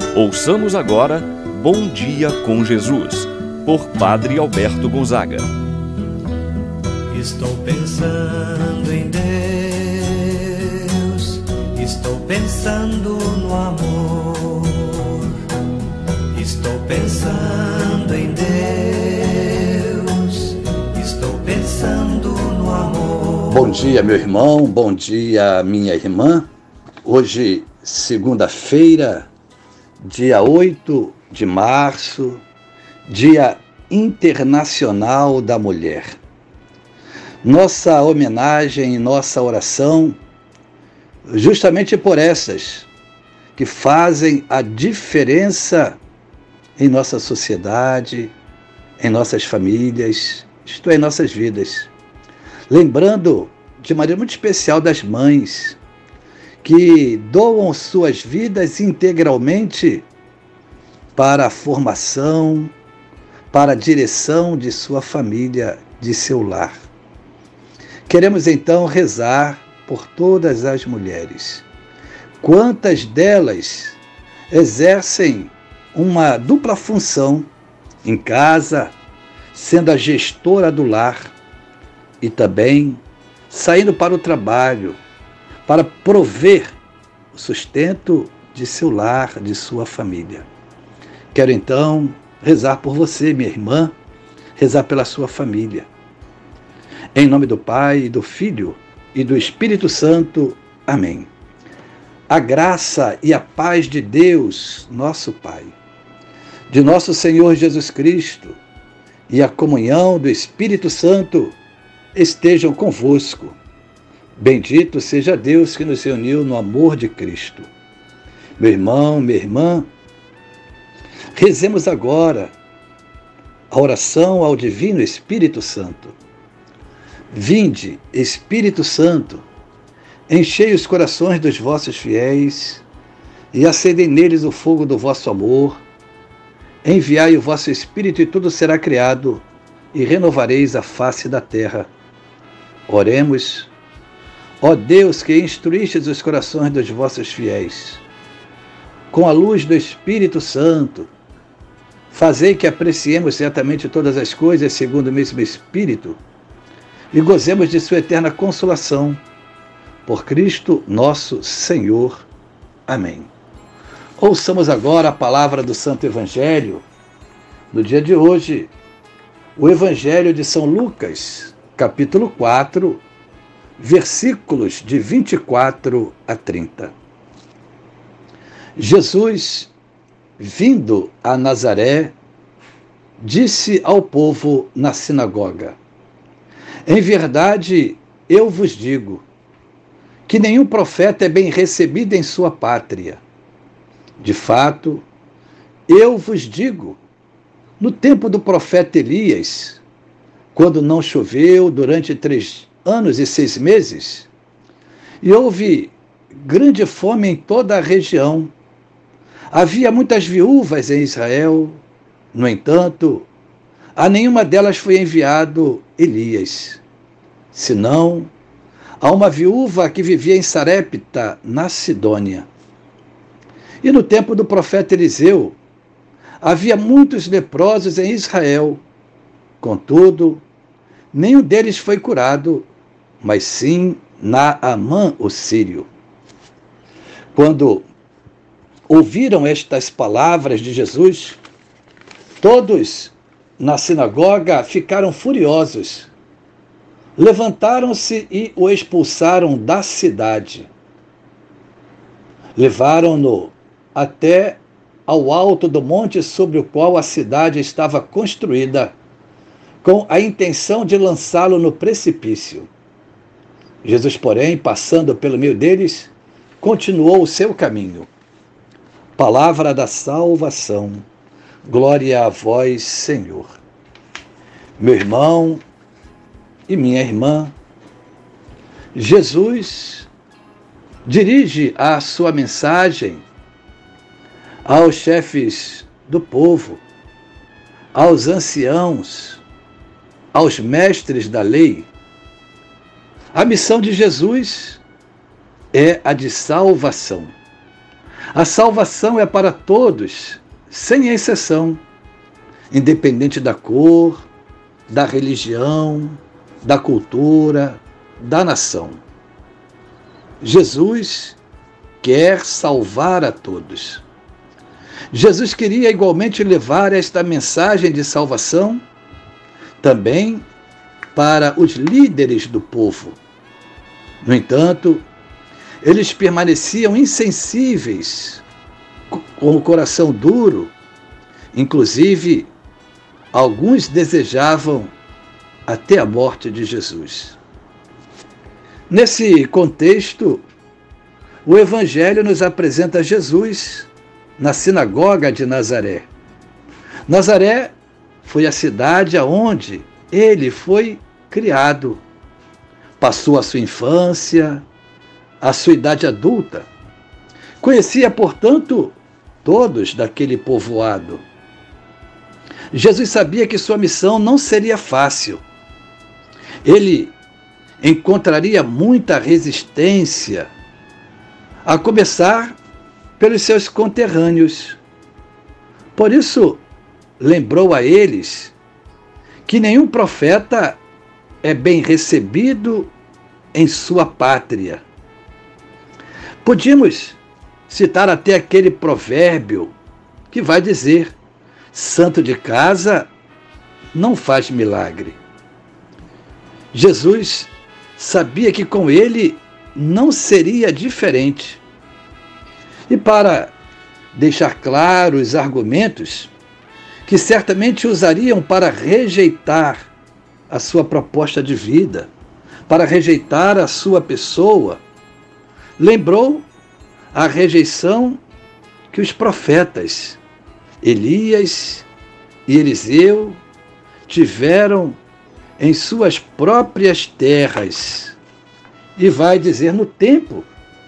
Ouçamos agora Bom Dia com Jesus, por Padre Alberto Gonzaga. Estou pensando em Deus, estou pensando no amor, estou pensando em Deus, estou pensando no amor. Bom dia, meu irmão, bom dia, minha irmã. Hoje, segunda-feira, dia 8 de março, Dia Internacional da Mulher. Nossa homenagem e nossa oração, justamente por essas que fazem a diferença em nossa sociedade, em nossas famílias, isto é, em nossas vidas. Lembrando de maneira muito especial das mães, que doam suas vidas integralmente para a formação, para a direção de sua família, de seu lar. Queremos então rezar por todas as mulheres. Quantas delas exercem uma dupla função em casa, sendo a gestora do lar e também saindo para o trabalho, para prover o sustento de seu lar, de sua família. Quero então rezar por você, minha irmã, rezar pela sua família. Em nome do Pai, do Filho e do Espírito Santo. Amém. A graça e a paz de Deus, nosso Pai, de nosso Senhor Jesus Cristo e a comunhão do Espírito Santo estejam convosco. Bendito seja Deus que nos reuniu no amor de Cristo. Meu irmão, minha irmã, rezemos agora a oração ao Divino Espírito Santo. Vinde, Espírito Santo, enchei os corações dos vossos fiéis e acendei neles o fogo do vosso amor. Enviai o vosso Espírito e tudo será criado e renovareis a face da terra. Oremos. Ó Deus, que instruístes os corações dos vossos fiéis, com a luz do Espírito Santo, fazei que apreciemos certamente todas as coisas segundo o mesmo Espírito e gozemos de sua eterna consolação. Por Cristo nosso Senhor. Amém. Ouçamos agora a palavra do Santo Evangelho. No dia de hoje, o Evangelho de São Lucas, capítulo 4, versículos de 24 a 30. Jesus, vindo a Nazaré, disse ao povo na sinagoga: Em verdade, eu vos digo, que nenhum profeta é bem recebido em sua pátria. De fato, eu vos digo, no tempo do profeta Elias, quando não choveu durante 3 anos e 6 meses, e houve grande fome em toda a região. Havia muitas viúvas em Israel, no entanto, a nenhuma delas foi enviado Elias, senão a uma viúva que vivia em Sarepta, na Sidônia. E no tempo do profeta Eliseu, havia muitos leprosos em Israel, contudo, nenhum deles foi curado, mas sim Naamã, o sírio. Quando ouviram estas palavras de Jesus, todos na sinagoga ficaram furiosos. Levantaram-se e o expulsaram da cidade. Levaram-no até ao alto do monte sobre o qual a cidade estava construída, com a intenção de lançá-lo no precipício. Jesus, porém, passando pelo meio deles, continuou o seu caminho. Palavra da salvação. Glória a vós, Senhor. Meu irmão e minha irmã, Jesus dirige a sua mensagem aos chefes do povo, aos anciãos, aos mestres da lei. A missão de Jesus é a de salvação. A salvação é para todos, sem exceção, independente da cor, da religião, da cultura, da nação. Jesus quer salvar a todos. Jesus queria igualmente levar esta mensagem de salvação também para os líderes do povo. No entanto, eles permaneciam insensíveis, com o coração duro. Inclusive, alguns desejavam até a morte de Jesus. Nesse contexto, o Evangelho nos apresenta Jesus na sinagoga de Nazaré. Nazaré foi a cidade aonde ele foi criado. Passou a sua infância, a sua idade adulta. Conhecia, portanto, todos daquele povoado. Jesus sabia que sua missão não seria fácil. Ele encontraria muita resistência, a começar pelos seus conterrâneos. Por isso, lembrou a eles que nenhum profeta é bem recebido em sua pátria. Podíamos citar até aquele provérbio que vai dizer: santo de casa não faz milagre. Jesus sabia que com ele não seria diferente. E para deixar claros os argumentos que certamente usariam para rejeitar a sua proposta de vida, para rejeitar a sua pessoa, lembrou a rejeição que os profetas Elias e Eliseu tiveram em suas próprias terras. E vai dizer: no tempo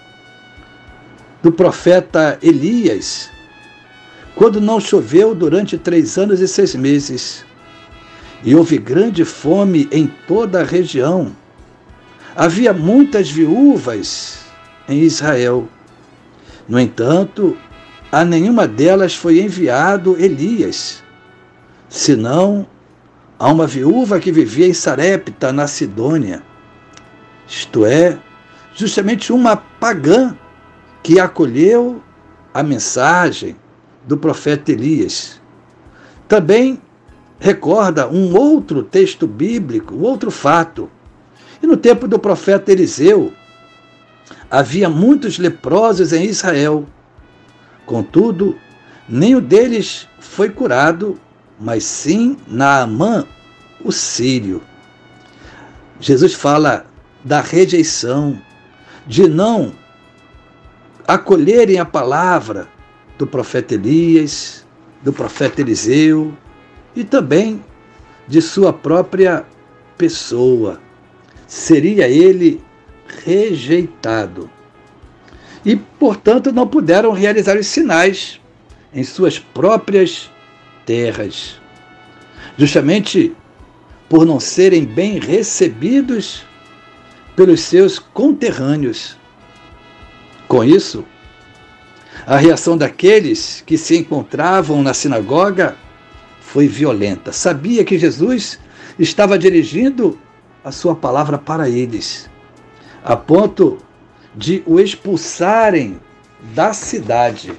do profeta Elias, quando não choveu durante 3 anos e 6 meses, e houve grande fome em toda a região, havia muitas viúvas em Israel. No entanto, a nenhuma delas foi enviado Elias, senão a uma viúva que vivia em Sarepta, na Sidônia, isto é, justamente uma pagã que acolheu a mensagem do profeta Elias. Também recorda um outro texto bíblico, um outro fato. E no tempo do profeta Eliseu, havia muitos leprosos em Israel. Contudo, nenhum deles foi curado, mas sim Naamã, o sírio. Jesus fala da rejeição, de não acolherem a palavra do profeta Elias, do profeta Eliseu e também de sua própria pessoa. Seria ele rejeitado. E, portanto, não puderam realizar os sinais em suas próprias terras, justamente por não serem bem recebidos pelos seus conterrâneos. Com isso, a reação daqueles que se encontravam na sinagoga foi violenta. Sabia que Jesus estava dirigindo a sua palavra para eles, a ponto de o expulsarem da cidade.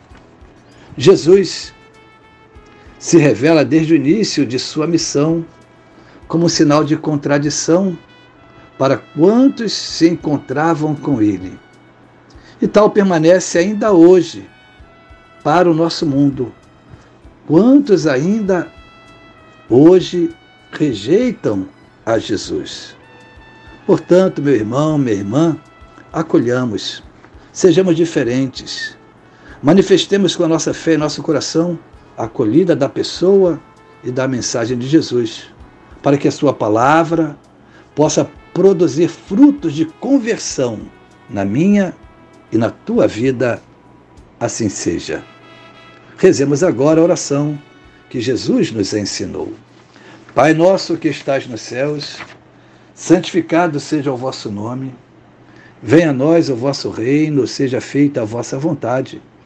Jesus se revela desde o início de sua missão como sinal de contradição para quantos se encontravam com ele. E tal permanece ainda hoje para o nosso mundo. Quantos ainda hoje rejeitam a Jesus? Portanto, meu irmão, minha irmã, acolhamos, sejamos diferentes, manifestemos com a nossa fé e nosso coração a acolhida da pessoa e da mensagem de Jesus, para que a sua palavra possa produzir frutos de conversão na minha e na tua vida, assim seja. Rezemos agora a oração que Jesus nos ensinou. Pai nosso que estás nos céus, santificado seja o vosso nome. Venha a nós o vosso reino, seja feita a vossa vontade,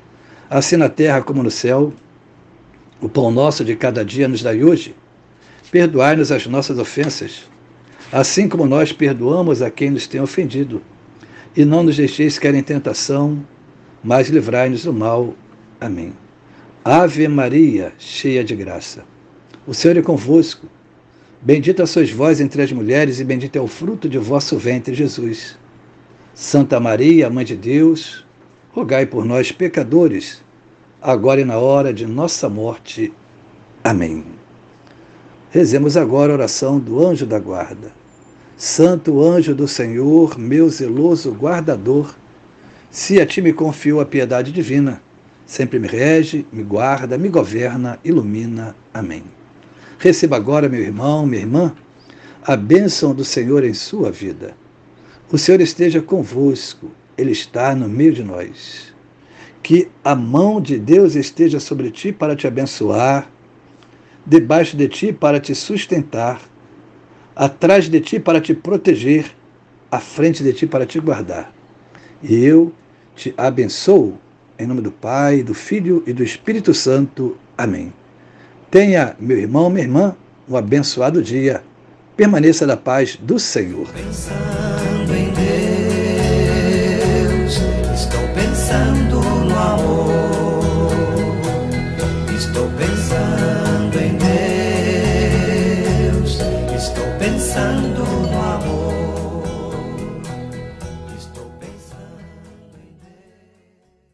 assim na terra como no céu. O pão nosso de cada dia nos dai hoje. Perdoai-nos as nossas ofensas, assim como nós perdoamos a quem nos tem ofendido. E não nos deixeis cair em tentação, mas livrai-nos do mal. Amém. Ave Maria, cheia de graça, o Senhor é convosco. Bendita sois vós entre as mulheres, e bendito é o fruto de vosso ventre, Jesus. Santa Maria, Mãe de Deus, rogai por nós, pecadores, agora e na hora de nossa morte. Amém. Rezemos agora a oração do anjo da guarda. Santo anjo do Senhor, meu zeloso guardador, se a ti me confio a piedade divina, sempre me rege, me guarda, me governa, ilumina. Amém. Receba agora, meu irmão, minha irmã, a bênção do Senhor em sua vida. O Senhor esteja convosco, Ele está no meio de nós. Que a mão de Deus esteja sobre ti para te abençoar, debaixo de ti para te sustentar, atrás de ti para te proteger, à frente de ti para te guardar. E eu te abençoo, em nome do Pai, do Filho e do Espírito Santo. Amém. Tenha, meu irmão, minha irmã, um abençoado dia. Permaneça na paz do Senhor. Pensando em Deus, estou pensando no amor. Estou pensando em Deus, estou pensando